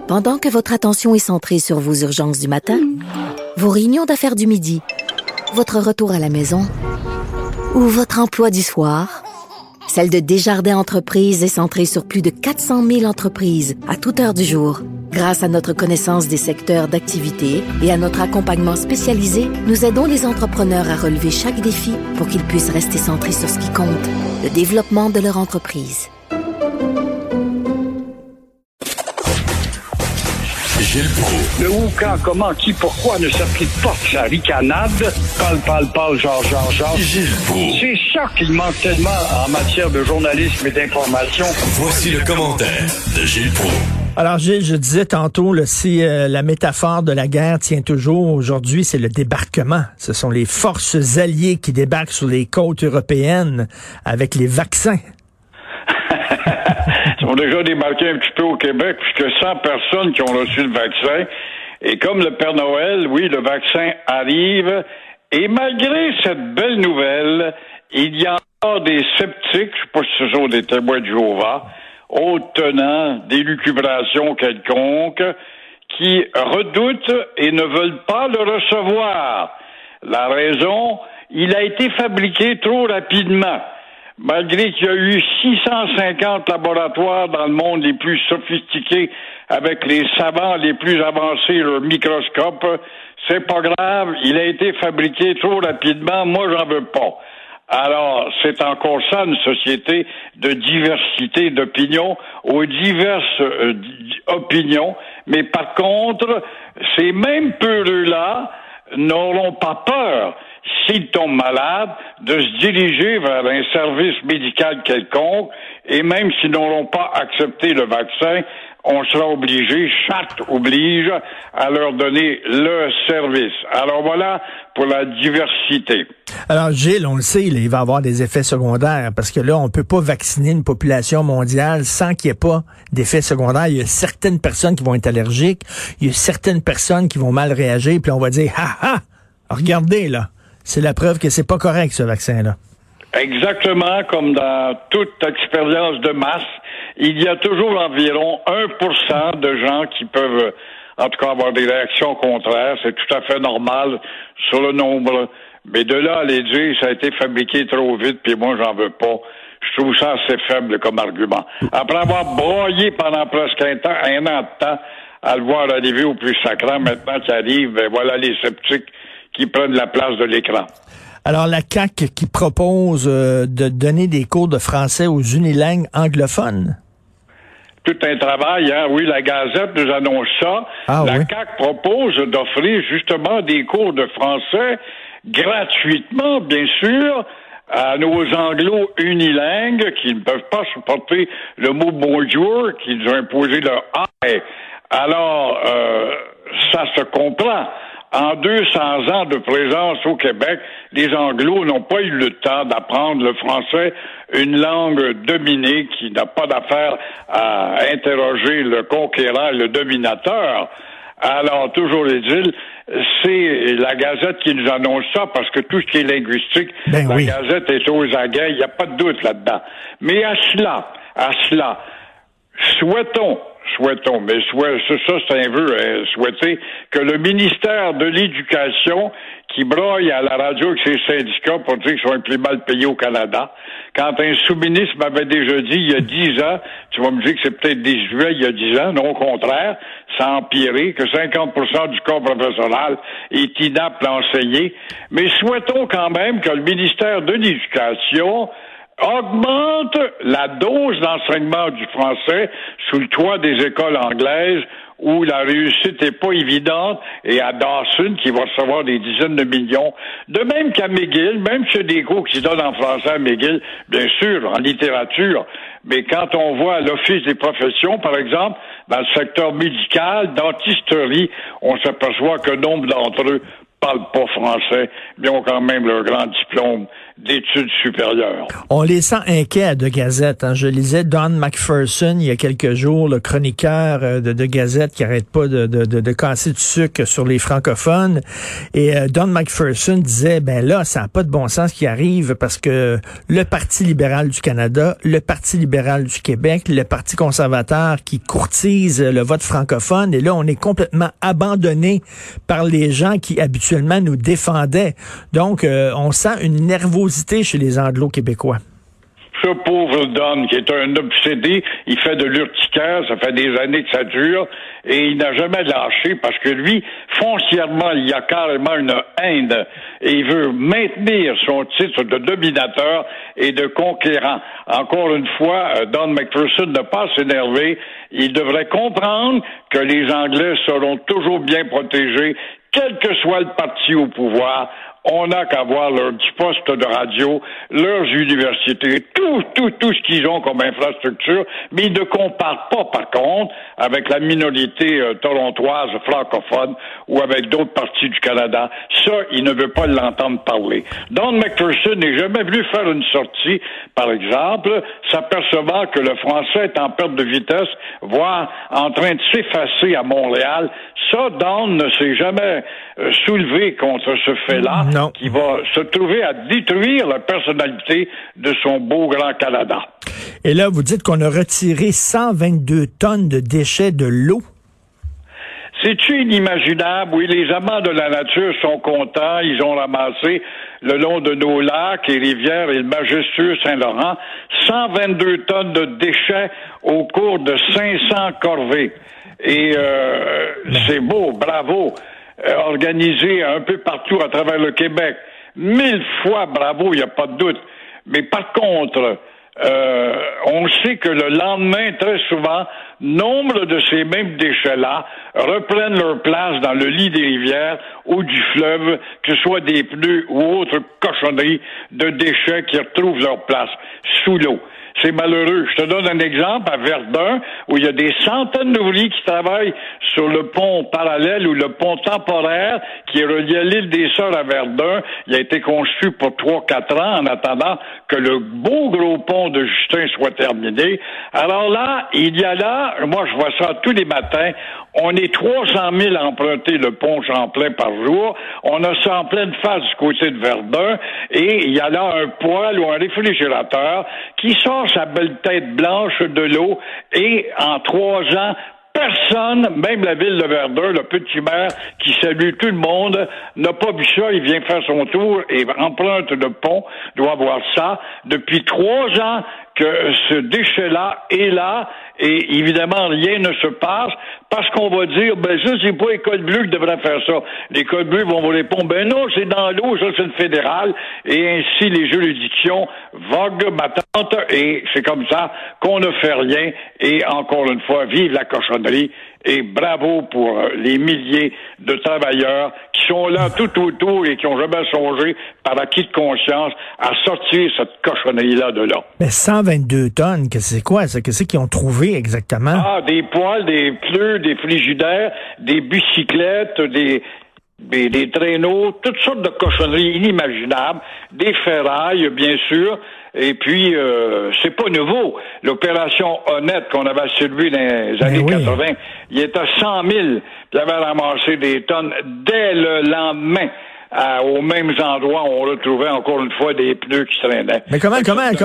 Pendant que votre attention est centrée sur vos urgences du matin, vos réunions d'affaires du midi, votre retour à la maison ou votre emploi du soir, celle de Desjardins Entreprises est centrée sur plus de 400 000 entreprises à toute heure du jour. Grâce à notre connaissance des secteurs d'activité et à notre accompagnement spécialisé, nous aidons les entrepreneurs à relever chaque défi pour qu'ils puissent rester centrés sur ce qui compte, le développement de leur entreprise. Gilles Proulx. Le où, quand, comment, qui, pourquoi ne s'applique pas sa ricanade. Parle, genre. Gilles Proulx. C'est ça qu'il manque tellement en matière de journalisme et d'information. Voici le commentaire de Gilles Proulx. Alors Gilles, je disais tantôt, là, si la métaphore de la guerre tient toujours, aujourd'hui, c'est le débarquement. Ce sont les forces alliées qui débarquent sur les côtes européennes avec les vaccins. Ils ont déjà débarqué un petit peu au Québec, puisque 100 personnes qui ont reçu le vaccin. Et comme le Père Noël, oui, le vaccin arrive. Et malgré cette belle nouvelle, il y a encore des sceptiques, je ne sais pas si ce sont des témoins de Jéhovah, autres tenants d'élucubration quelconque, qui redoutent et ne veulent pas le recevoir. La raison, il a été fabriqué trop rapidement. Malgré qu'il y a eu 650 laboratoires dans le monde les plus sophistiqués, avec les savants les plus avancés, leurs microscopes, c'est pas grave, il a été fabriqué trop rapidement, moi j'en veux pas. Alors, c'est encore ça, une société de diversité d'opinions, aux diverses opinions, mais par contre, ces mêmes peureux-là n'auront pas peur, s'ils tombent malades, de se diriger vers un service médical quelconque, et même s'ils n'auront pas accepté le vaccin, on sera obligé, charte oblige, à leur donner le service. Alors voilà pour la diversité. Alors Gilles, on le sait, là, il va y avoir des effets secondaires, parce que là, on peut pas vacciner une population mondiale sans qu'il n'y ait pas d'effets secondaires. Il y a certaines personnes qui vont être allergiques, il y a certaines personnes qui vont mal réagir, puis on va dire, regardez là, c'est la preuve que c'est pas correct ce vaccin-là. Exactement, comme dans toute expérience de masse, il y a toujours environ 1% de gens qui peuvent, en tout cas, avoir des réactions contraires. C'est tout à fait normal sur le nombre. Mais de là à les dire, ça a été fabriqué trop vite, puis moi, j'en veux pas. Je trouve ça assez faible comme argument. Après avoir broyé pendant presque un an de temps, à le voir arriver au plus sacrant, maintenant qu'il arrive, ben voilà les sceptiques qui prennent la place de l'écran. Alors, la CAQ qui propose de donner des cours de français aux unilingues anglophones? Tout un travail, hein? Oui, la Gazette nous annonce ça. La CAQ propose d'offrir justement des cours de français gratuitement, bien sûr, à nos anglos unilingues qui ne peuvent pas supporter le mot bonjour, qui nous ont imposé leur I. Alors, ça se comprend. En 200 ans de présence au Québec, les Anglos n'ont pas eu le temps d'apprendre le français, une langue dominée qui n'a pas d'affaire à interroger le conquérant et le dominateur. Alors, toujours est-il, c'est la Gazette qui nous annonce ça, parce que tout ce qui est linguistique, Gazette est aux aguets, il n'y a pas de doute là-dedans. Mais à cela, souhaitons, mais ça c'est un vœu, souhaiter que le ministère de l'Éducation, qui broye à la radio avec ses syndicats pour dire qu'ils sont les plus mal payés au Canada, quand un sous-ministre m'avait déjà dit il y a 10 ans, tu vas me dire que c'est peut-être désuet il y a 10 ans, non, au contraire, ça a empiré, que 50% du corps professoral est inapte à enseigner, mais souhaitons quand même que le ministère de l'Éducation augmente la dose d'enseignement du français sous le toit des écoles anglaises où la réussite n'est pas évidente, et à Dawson, qui va recevoir des dizaines de millions, de même qu'à McGill, même chez des cours qui se donnent en français à McGill, bien sûr, en littérature, mais quand on voit à l'Office des professions, par exemple, dans le secteur médical, dentisterie, on s'aperçoit que nombre d'entre eux parlent pas français, mais ont quand même leur grand diplôme d'études supérieures. On les sent inquiets à De Gazette. Hein. Je lisais Don McPherson il y a quelques jours, le chroniqueur de Gazette qui arrête pas de casser du sucre sur les francophones. Et Don McPherson disait, ben là, ça n'a pas de bon sens ce qui arrive parce que le Parti libéral du Canada, le Parti libéral du Québec, le Parti conservateur qui courtise le vote francophone, et là, on est complètement abandonné par les gens qui habituellement nous défendaient. Donc, on sent une nervosité chez les Anglo-Québécois. Ce pauvre Don, qui est un obsédé, il fait de l'urticaire, ça fait des années que ça dure, et il n'a jamais lâché parce que lui, foncièrement, il y a carrément une haine, et il veut maintenir son titre de dominateur et de conquérant. Encore une fois, Don McPherson n'a pas à s'énerver, il devrait comprendre que les Anglais seront toujours bien protégés, quel que soit le parti au pouvoir. On n'a qu'à voir leurs 10 postes de radio, leurs universités, tout ce qu'ils ont comme infrastructure, mais ils ne comparent pas, par contre, avec la minorité torontoise francophone ou avec d'autres parties du Canada. Ça, il ne veut pas l'entendre parler. Don McPherson n'est jamais venu faire une sortie, par exemple, s'apercevant que le français est en perte de vitesse, voire en train de s'effacer à Montréal. Ça, Don ne s'est jamais soulevé contre ce fait-là. Non. Qui va se trouver à détruire la personnalité de son beau grand Canada. Et là, vous dites qu'on a retiré 122 tonnes de déchets de l'eau. C'est-tu inimaginable? Oui, les amants de la nature sont contents. Ils ont ramassé le long de nos lacs et rivières et le majestueux Saint-Laurent 122 tonnes de déchets au cours de 500 corvées. Et c'est beau, bravo. Organisé un peu partout à travers le Québec. 1000 fois bravo, il n'y a pas de doute. Mais par contre, on sait que le lendemain, très souvent, nombre de ces mêmes déchets-là reprennent leur place dans le lit des rivières ou du fleuve, que ce soit des pneus ou autres cochonneries de déchets qui retrouvent leur place sous l'eau. C'est malheureux. Je te donne un exemple à Verdun, où il y a des centaines d'ouvriers qui travaillent sur le pont parallèle ou le pont temporaire qui est relié à l'île des Sœurs à Verdun. Il a été construit pour 3-4 ans en attendant que le beau gros pont de Justin soit terminé. Alors là, il y a là, moi je vois ça tous les matins, on est 300 000 à emprunter le pont Champlain par jour. On a ça en pleine face du côté de Verdun. Et il y a là un poêle ou un réfrigérateur qui sort sa belle tête blanche de l'eau. Et en 3 ans, personne, même la ville de Verdun, le petit maire qui salue tout le monde, n'a pas vu ça. Il vient faire son tour et emprunte le pont, doit voir ça. Depuis 3 ans que ce déchet-là est là et évidemment rien ne se passe parce qu'on va dire, ben ça c'est pas l'École bleue qui devrait faire ça. L'École bleue vont vous répondre, ben non, c'est dans l'eau, ça c'est une fédérale et ainsi les juridictions voguent ma tante et c'est comme ça qu'on ne fait rien et encore une fois, vive la cochonnerie et bravo pour les milliers de travailleurs qui sont là tout autour et qui ont jamais songé par acquis de conscience à sortir cette cochonnerie-là de là. Mais 122 tonnes, c'est quoi ça? Qu'est-ce qu'ils ont trouvé exactement? Ah, des poêles, des pneus, des frigidaires, des bicyclettes, des traîneaux, toutes sortes de cochonneries inimaginables, des ferrailles, bien sûr. Et puis, c'est pas nouveau. L'opération Honnête qu'on avait saluée dans les années 80, il était à 100 000. Il avait ramassé des tonnes dès le lendemain. Aux mêmes endroits où on retrouvait encore une fois des pneus qui traînaient. Mais comment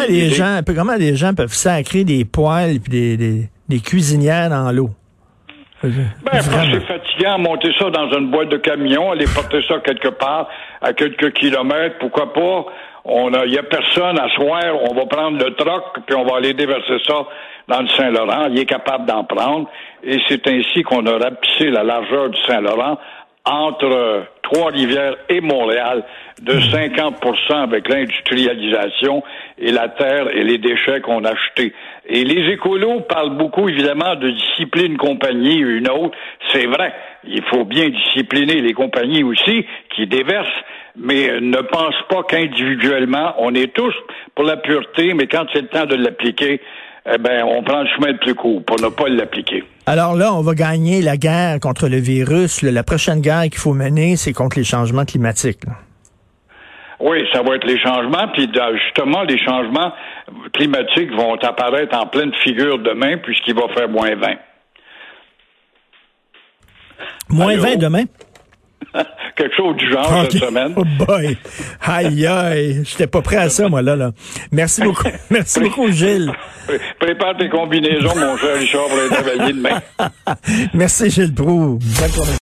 les gens peuvent sacrer des poêles et des cuisinières dans l'eau? Parce que c'est fatigant, monter ça dans une boîte de camion, aller porter ça quelque part, à quelques kilomètres, pourquoi pas? Il y a personne à soir, on va prendre le troc, puis on va aller déverser ça dans le Saint-Laurent. Il est capable d'en prendre. Et c'est ainsi qu'on a rapissé la largeur du Saint-Laurent entre Trois-Rivières et Montréal de 50% avec l'industrialisation et la terre et les déchets qu'on a achetés. Et les écolos parlent beaucoup, évidemment, de discipliner une compagnie ou une autre. C'est vrai, il faut bien discipliner les compagnies aussi qui déversent, mais ne pense pas qu'individuellement, on est tous pour la pureté, mais quand c'est le temps de l'appliquer, on prend le chemin le plus court pour ne pas l'appliquer. Alors là, on va gagner la guerre contre le virus. La prochaine guerre qu'il faut mener, c'est contre les changements climatiques. Là. Oui, ça va être les changements, puis justement, les changements climatiques vont apparaître en pleine figure demain, puisqu'il va faire moins 20. Moins 20 demain? Quelque chose du genre cette semaine. Oh boy! Aïe, aïe! J'étais pas prêt à ça, moi, là. Merci beaucoup. Merci beaucoup, Gilles. Prépare tes combinaisons, mon cher Richard, pour aller travailler demain. Merci, Gilles Proulx. Bonne journée.